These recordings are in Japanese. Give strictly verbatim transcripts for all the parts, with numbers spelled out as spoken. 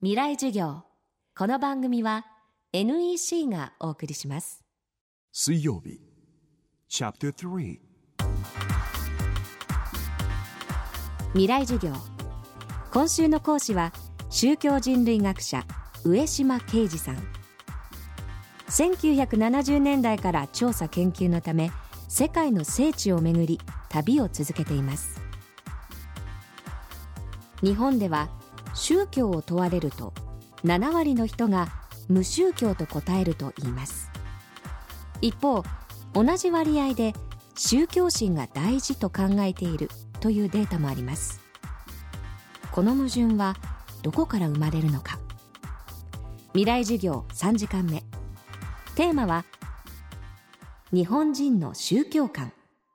未来授業。この番組は エヌイーシー がお送りします。 水曜日チャプタースリー未来授業。今週の講師は宗教人類学者上島啓二さん。せんきゅうひゃくななじゅうねんだいから調査研究のため世界の聖地を巡り旅を続けています。日本では宗教を問われるとななわりの人が無宗教と答えると言います。一方、同じ割合で宗教心が大事と考えているというデータもあります。この矛盾はどこから生まれるのか。未来授業さんじかんめ。テーマは日本人の宗教観。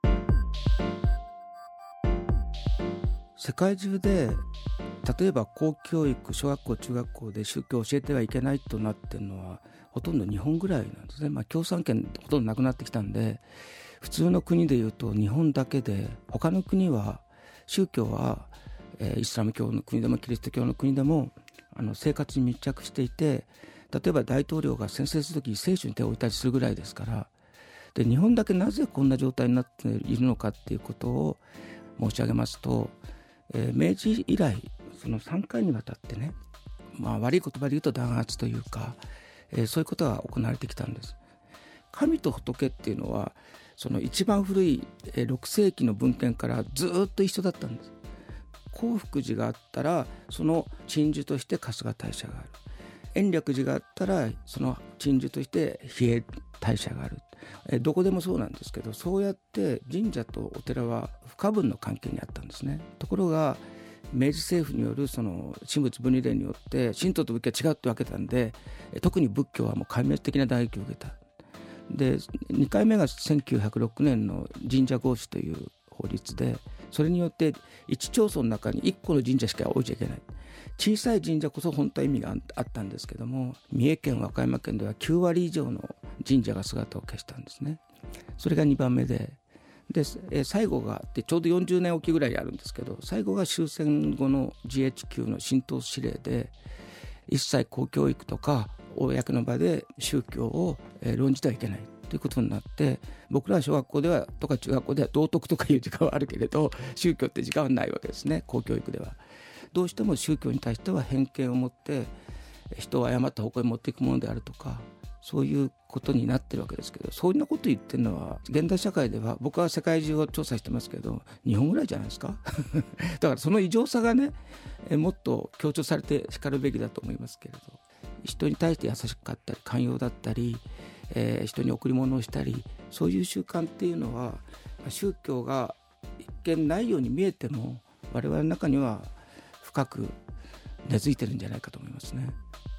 世界中で例えば公教育、小学校中学校で宗教を教えてはいけないとなっているのはほとんど日本ぐらいなんですね。まあ、共産権ほとんどなくなってきたんで、普通の国でいうと日本だけで、他の国は宗教は、えー、イスラム教の国でもキリスト教の国でもあの生活に密着していて、例えば大統領が宣誓するときに聖書に手を置いたりするぐらいですから、で日本だけなぜこんな状態になっているのかということを申し上げますと、えー、明治以来そのさんかいにわたってね、まあ、悪い言葉で言うと弾圧というか、えー、そういうことが行われてきたんです。神と仏っていうのはその一番古い、えー、ろくせいきの文献からずっと一緒だったんです。興福寺があったらその鎮守として春日大社がある。延暦寺があったらその鎮守として比叡大社がある。えー、どこでもそうなんですけど、そうやって神社とお寺は不可分の関係にあったんですね。ところが明治政府によるその神仏分離令によって神道と仏教は違うって分けたんで、特に仏教はもう壊滅的な打撃を受けた。でにかいめがせんきゅうひゃくろくねんの神社合祀という法律で、それによっていち町村の中にいっこの神社しか置いちゃいけない。小さい神社こそ本当は意味があったんですけども、三重県和歌山県ではきゅうわり以上の神社が姿を消したんですね。それがにばんめでで、えー、最後がでちょうどよんじゅうねんおきぐらいにあるんですけど、最後が終戦後の ジーエイチキュー の神道指令で、一切公教育とか公の場で宗教を、えー、論じてはいけないということになって、僕らは小学校ではとか中学校では道徳とかいう時間はあるけれど、宗教って時間はないわけですね。公教育ではどうしても宗教に対しては偏見を持って人を誤った方向に持っていくものであるとか、そういうことになってるわけですけど、そんなこと言ってるのは現代社会では、僕は世界中を調査してますけど日本ぐらいじゃないですかだからその異常さがね、えもっと強調されてしかるべきだと思いますけれど、人に対して優しかったり寛容だったり、えー、人に贈り物をしたり、そういう習慣っていうのは宗教が一見ないように見えても我々の中には深く根付いてるんじゃないかと思いますね。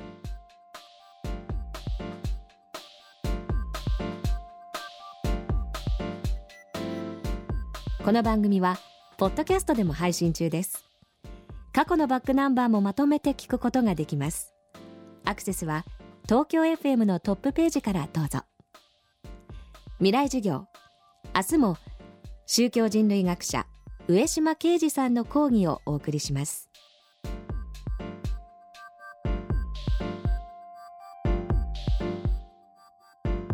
この番組はポッドキャストでも配信中です。過去のバックナンバーもまとめて聞くことができます。アクセスは東京 エフエム のトップページからどうぞ。未来授業。明日も宗教人類学者上島啓二さんの講義をお送りします。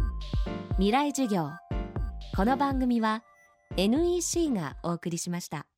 未来授業。この番組はエヌイーシー がお送りしました。